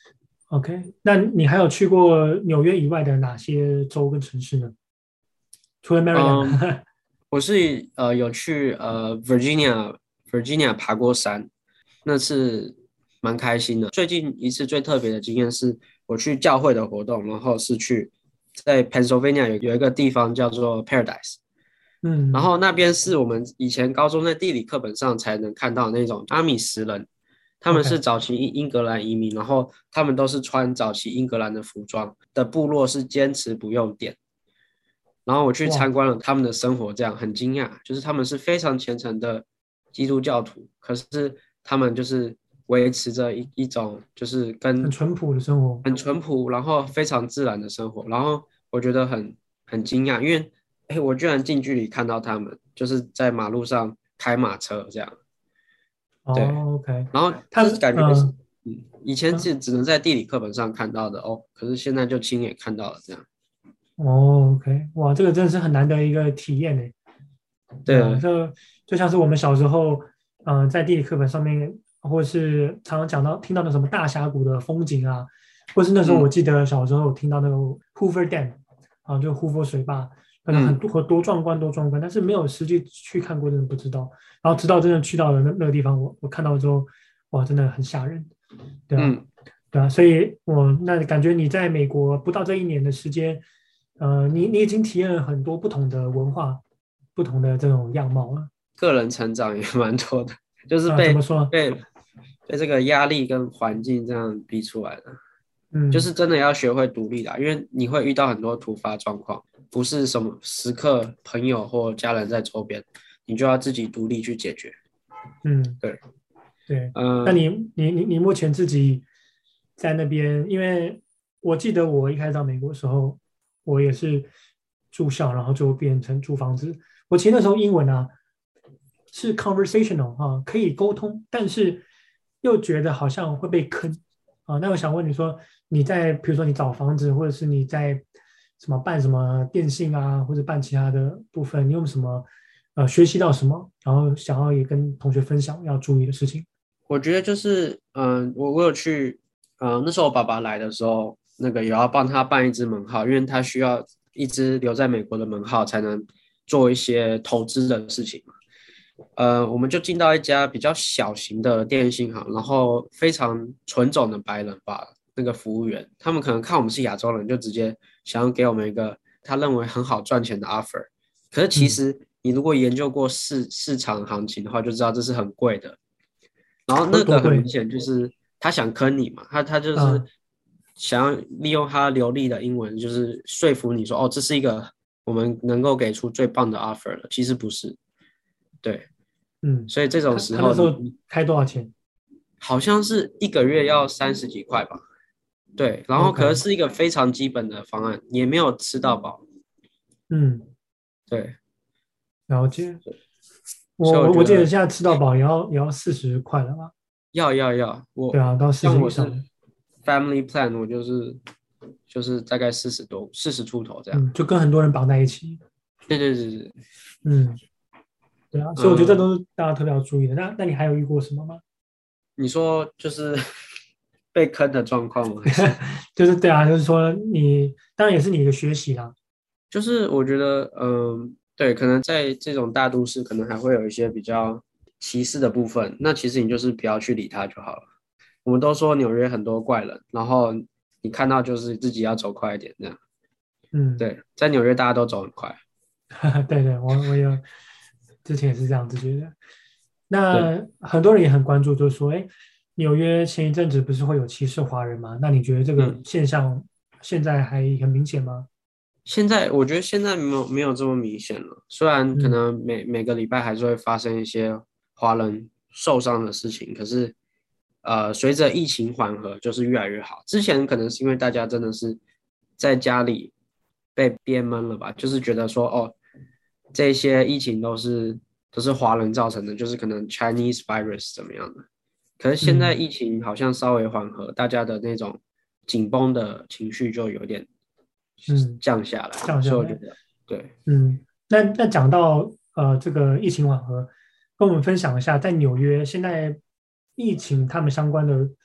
OK，那你还有去过纽约以外的哪些州跟城市呢？除了嗯， Maryland？ 我是呃有去呃 Virginia Virginia 爬过山，那次蛮开心的。最近一次最特别的经验是我去教会的活动，然后是去在 Pennsylvania 有有一个地方叫做 Paradise，然嗯后那边是我们以前高中在地理课本上才能看到那种阿米什人，他们是 ，OK， 早期英英格兰移民，然后他们都是穿早期英格兰的服装的部落，是坚持不用电。然后我去参哇， 观了他们的生活，这样很惊讶，就是他们是非常虔诚的基督教徒，可是他们就是维持着一一种就是跟很淳朴的生活。 很淳朴，然后非常自然的生活。然后我觉得很很惊讶，因为哎，我居然近距离看到他们就是在马路上开马车这样，对， 哦，OK， 然后他这感觉是嗯嗯，以前嗯， 只只能在地理课本上看到的哦，可是现在就亲眼看到了这样， 哦，OK，哇，这个真的是很难得一个体验呢。对啊， 对， 这就像是我们小时候，嗯、在地理课本上面，或是常常讲到听到的什么大峡谷的风景啊，或是那时候我嗯记得小时候有听到那个 Hoover Dam 啊，就胡佛水坝，可能很嗯。 多多壮观多壮观，但是没有实际去看过，真的不知道。然后直到真的去到了那那个地方，我我看到之后，哇，真的很吓人。对啊， 嗯， 对啊，所以我那感觉你在美国不到这一年的时间，呃，你你已经体验了很多不同的文化。不同的这种样貌了。 个人成长也蛮多的，就是啊，怎么被说？ 被被这个压力跟环境这样逼出来的，就嗯是真的要学会独立的，因为你会遇到很多突发状况，不是什么时刻朋友或家人在周边，你就要自己独立去解决。 嗯， 对， 对。那嗯、 你你你你目前自己在那边，因为我记得我一开始到美国的时候，我也是住校，然后就变成租房子。我其实那时候英文啊是 conversational 哈、可以沟通，但是又觉得好像会被坑啊。那我想问你说，你在比如说你找房子，或者是你在什么办什么电信啊，或者办其他的部分，你有什么呃学习到什么，然后想要也跟同学分享要注意的事情？ 我觉得就是，嗯、我我有去，嗯、那时候我爸爸来的时候，那个有要帮他办一支门号，因为他需要一支留在美国的门号才能做一些投资的事情嘛。呃，我们就进到一家比较小型的电信行，然后非常纯种的白人吧，那个服务员，他们可能看我们是亚洲人，就直接想要给我们一个他认为很好赚钱的 offer。可是其嗯， 实你如果研究过市市场行情的话，就知道这是很贵的。然后多那个很明多贵显就是他想坑你嘛，他他就是啊？ 想要利用他流利的英文，就是说服你说，哦，这是一个我们能够给出最棒的 offer 了。其实不是，对， 嗯， 所以这种他时他那时候候你你开多少钱好像是一个月要三十几块吧，对，然后可 ？OK， 是是一个非常基本的方案，也没有吃到饱， 嗯， 对， 了解。 所以我我我我记得觉得现在吃到饱也要也要四十块了吧？ 要要要，我对啊，到四像我是十以上。 family plan，我就是就是大概四十多四十出头这样， 嗯，就跟很多人绑在一起。 对对对对， 嗯，对啊，所以我觉得这嗯。 都是大家特别要注意的。那那你还有遇过什么吗？ 你说就是被坑的状况吗？还是就是对啊，就是说你当然也是你的学习啦。 就是我觉得，嗯，对，可能在这种大都市，可能还会有一些比较歧视的部分。那其实你就是不要去理他就好了。我们都说纽约很多怪人，然后你看到就是自己要走快一点，这样。 嗯， 对，在纽约大家都走很快。 对对，我我有之前也是这样子觉得。 对， 那很多人也很关注，就是说，哎，纽约前一阵子不是会有歧视华人吗？那你觉得这个嗯， 现象现在还很明显吗？ 现在我觉得现在没有没有这么明显了，虽然可嗯能每每个礼拜还是会发生一些华人受伤的事情，可是呃，随着疫情缓和，就是越来越好。之前可能是因为大家真的是在家里被憋闷了吧，就是觉得说哦，这些疫情都是都是华人造成的，就是可能 Chinese virus 怎么样的。可是现在嗯疫情好像稍微缓和，大家的那种紧绷的情绪就有点嗯， 降下来， 降下来。 所以我觉得对， 嗯，那那讲到呃这个疫情缓和，跟我们分享一下，在纽约现在疫情他们相关的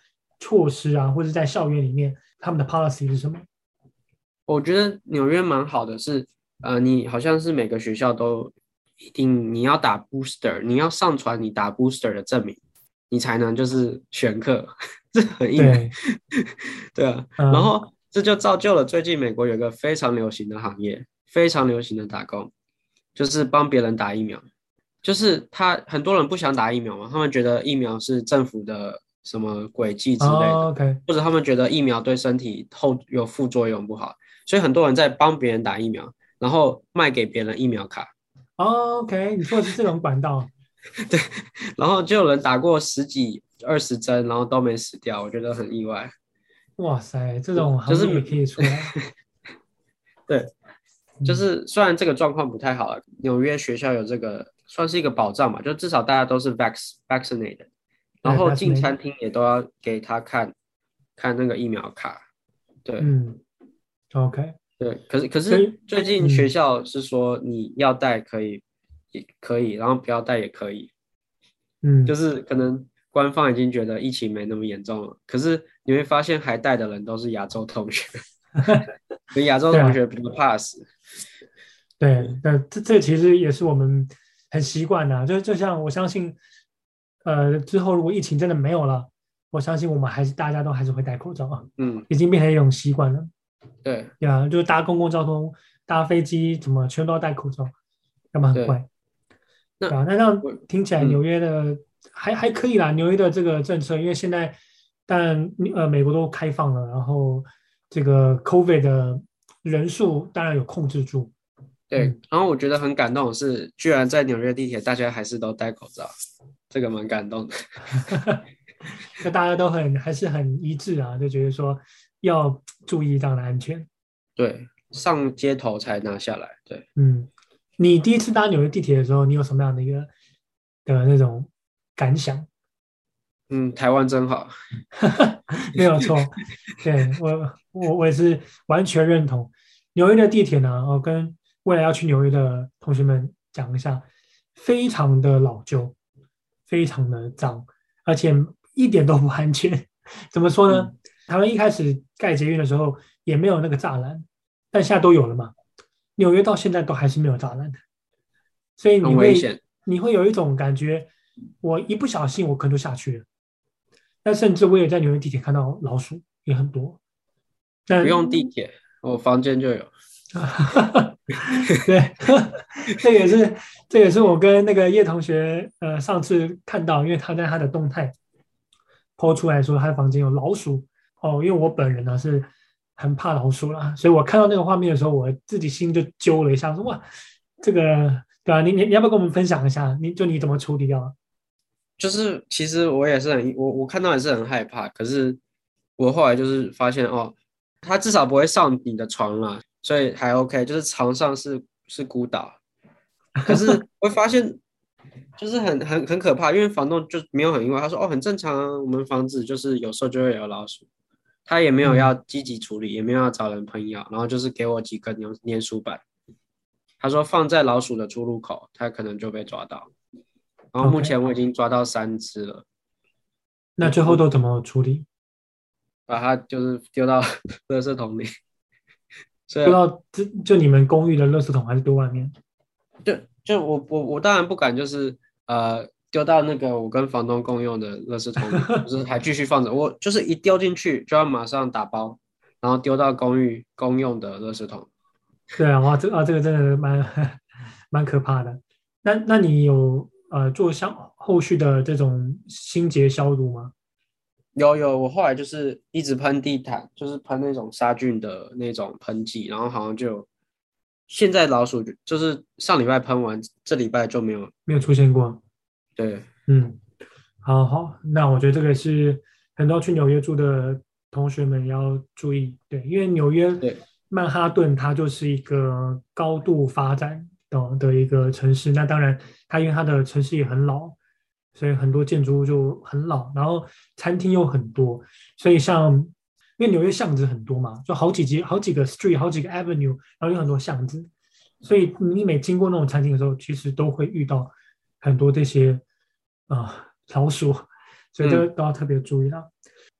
措施啊，或者在校园里面他们的 policy 是什么？ 我觉得纽约蛮好的是，呃，你好像是每个学校都一定你要打 booster，你要上传你打 booster 的证明，你才能就是选课，这很硬欸。 对， 对啊，然嗯， 后这就造就了最近美国有一个非常流行的行业，非常流行的打工，就是帮别人打疫苗。就是他很多人不想打疫苗嘛，他们觉得疫苗是政府的什么诡计之类的， 哦，OK， 或者他们觉得疫苗对身体后有副作用不好，所以很多人在帮别人打疫苗，然后卖给别人疫苗卡。 哦，OK，你说的是这种管道。 对，然后就有人打过十几二十针，然后都没死掉，我觉得很意外。 哇塞，这种就是行业也可以出来。 对，就嗯， 是虽然这个状况不太好了，纽约学校有这个算是一个保障嘛，就至少大家都是 vax vaccinated，然对后进餐 ，vaccinated。 厅也都要给他看看那个疫苗卡。对嗯，OK， 对，可是可是所以， 最近学嗯， 校是说你要带可以也可以，然后不要带也可以，就嗯， 是可能官方已经觉得疫情没那么严重了，可是你会发现还带的人都是亚洲同学，所以亚洲对啊， 同学比较怕死。 对， 对那这这其实也是我们很习惯的啊，就就像我相信，呃，之后如果疫情真的没有了，我相信我们还是大家都还是会戴口罩啊， 嗯， 已经变成一种习惯了。 对对啊，就是搭公共交通、搭飞机，怎么全都要戴口罩，要么很对， 怪。对那啊，那这样我听起来纽嗯。 约的还还可以啦，纽约的这个政策，因为现在但呃美国都开放了，然后这个 COVID 的人数当然有控制住。 对， 嗯， 然后我觉得很感动的是，居然在纽约地铁，大家还是都戴口罩，这个蛮感动的。 那大家都很还是很一致啊，就觉得说要注意这样的安全。 对，上街头才拿下来。对， 嗯，你第一次搭纽约地铁的时候，你有什么样的一个的那种感想？ 嗯，台湾真好。 没有错，对，我我我也是完全认同。纽约的地铁呢，我跟未来要去纽约的同学们讲一下，非常的老旧，非常的脏，而且一点都不安全。怎么说呢？ 嗯， 台湾一开始盖捷运的时候也没有那个栅栏，但现在都有了嘛。纽约到现在都还是没有栅栏的，所以你会很危险， 你会有一种感觉，我一不小心我可能就下去了。但甚至我也在纽约地铁看到老鼠也很多。 不用地但铁，我房间就有。 对，这也是这也是我跟那个叶同学呃上次看到，因为他在他的动态抛出来说他的房间有老鼠哦，因为我本人呢是很怕老鼠啦，所以我看到那个画面的时候，我自己心就揪了一下，说哇，这个对吧、你你你要不要跟我们分享一下？你就你怎么处理掉？ 就是其实我也是很，我我看到也是很害怕，可是我后来就是发现哦，它至少不会上你的床啦，所以还 OK，就是床上是是孤岛，可是会发现就是很很很可怕，因为房东就没有很意外，他说哦很正常啊，我们房子就是有时候就会有老鼠，他也没有要嗯积极处理，也没有要找人喷药，然后就是给我几个粘粘鼠板，他说放在老鼠的出入口，它可能就被抓到，然后目 ，OK， 前我已经抓到三只了。 那最后都怎么处理？ 把它就是丢到垃圾桶里。所以丢到这就你们公寓的垃圾桶还是丢外面？ 就就我我我当然不敢，就是呃丢到那个我跟房东共用的垃圾桶里，就是还继续放着。我就是一丢进去就要马上打包，然后丢到公寓公用的垃圾桶。 对啊，哇，这啊这个真的蛮蛮可怕的。那那你有呃做像后续的这种清洁消毒吗？ 有有，我后来就是一直喷地毯，就是喷那种杀菌的那种喷剂，然后好像就现在老鼠就就是上礼拜喷完，这礼拜就没有。 没有出现过。 对嗯，好好，那我觉得这个是很多去纽约住的同学们要注意，对，因为纽约对， 曼哈顿它就是一个高度发展的的一个城市，那当然它因为它的城市也很老，所以很多建筑物就很老，然后餐厅又很多，所以像因为纽约巷子很多嘛，就好几街、好几个 street、好几个 avenue，然后有很多巷子，所以你每经过那种餐厅的时候，其实都会遇到很多这些啊、老鼠，所以这个嗯， 都要特别注意了。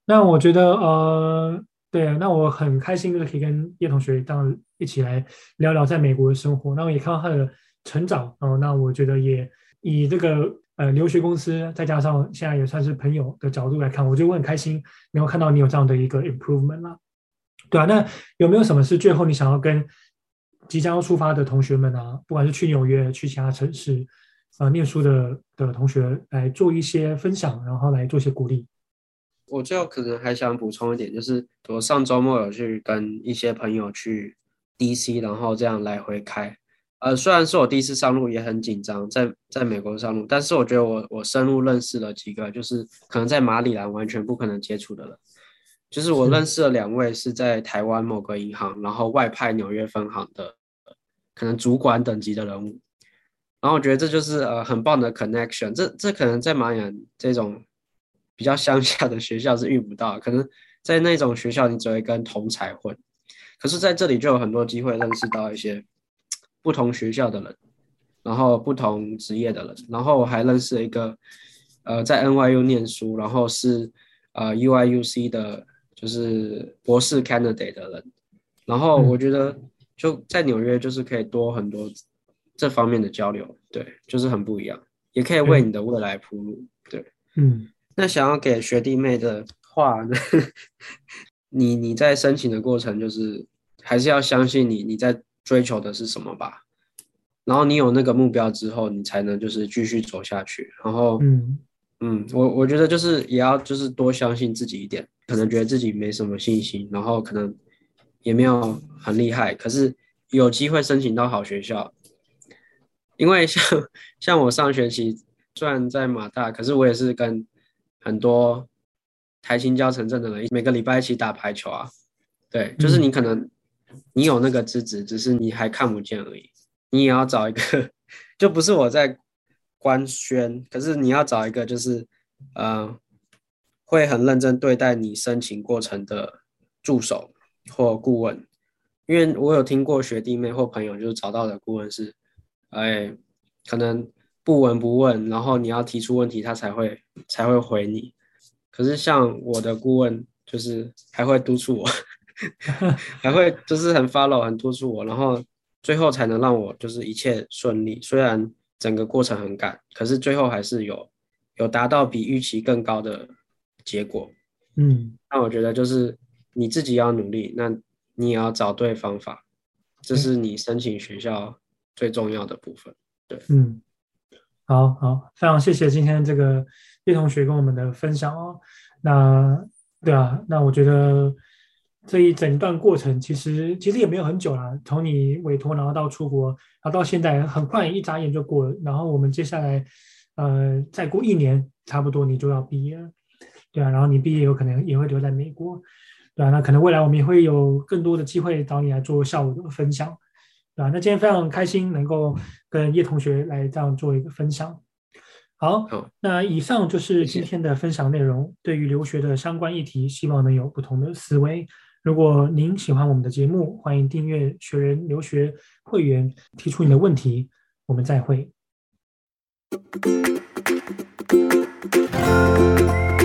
那我觉得呃，对，那我很开心，就是可以跟叶同学这样一起来聊聊在美国的生活，然后也看到他的成长，然后那我觉得也以这个呃留学公司，再加上现在也算是朋友的角度来看，我觉得我很开心能够看到你有这样的一个 improvement 啦。对啊，那有没有什么是最后你想要跟即将要出发的同学们啊，不管是去纽约、去其他城市，呃，念书的的同学来做一些分享，然后来做一些鼓励？ 我最后可能还想补充一点，就是我上周末有去跟一些朋友去 D C，然后这样来回开。呃，虽然是我第一次上路，也很紧张，在在美国上路，但是我觉得我我深入认识了几个，就是可能在马里兰完全不可能接触的人。就是我是， 认识了两位是在台湾某个银行，然后外派纽约分行的，可能主管等级的人物。然后我觉得这就是呃很棒的 connection，这这可能在马里兰这种比较乡下的学校是遇不到的，可能在那种学校你只会跟同才混，可是在这里就有很多机会认识到一些不同学校的人，然后不同职业的人，然后我还认识了一个呃在 N Y U 念书，然后是呃 U I U C 的，就是博士 candidate 的人，然后我嗯， 觉得就在纽约就是可以多很多这方面的交流，对，就是很不一样，也可以为对， 你的未来铺路，对。 嗯。 那想要给学弟妹的话呢，你你在申请的过程，就是还是要相信你你在追求的是什么吧。然后你有那个目标之后，你才能就是继续走下去。然后， 嗯， 嗯，我我觉得就是也要就是多相信自己一点，可能觉得自己没什么信心，然后可能也没有很厉害，可是有机会申请到好学校。因为像像我上学期虽然在马大，可是我也是跟很多台青交城镇的人每个礼拜一起打排球啊。对，就是你嗯， 可能你有那个资质，只是你还看不见而已。你也要找一个，就不是我在官宣，可是你要找一个就是呃会很认真对待你申请过程的助手或顾问，因为我有听过学弟妹或朋友就是找到的顾问是，哎，可能不闻不问，然后你要提出问题他才会才会回你。可是像我的顾问就是还会督促我，还会就是很 follow 很督促我，然后最后才能让我就是一切顺利。虽然整个过程很赶，可是最后还是有有达到比预期更高的结果。 嗯， 那我觉得就是你自己要努力，那你也要找对方法，这对， 是你申请学校最重要的部分。对， 嗯，好好，非常谢谢今天这个叶同学跟我们的分享哦。那对啊，那我觉得这一整段过程其实其实也没有很久啦，从你委托然后到出国，然后到现在很快一眨眼就过了。然后我们接下来呃再过一年差不多你就要毕业了，对啊，然后你毕业有可能也会留在美国，对啊，那可能未来我们也会有更多的机会找你来做下午的分享。对吧？那今天非常开心能够跟叶同学来这样做一个分享。好， 好， 那以上就是今谢谢。 天的分享内容。对于留学的相关议题，希望能有不同的思维。如果您喜欢我们的节目，欢迎订阅学人留学会员，提出你的问题。我们再会。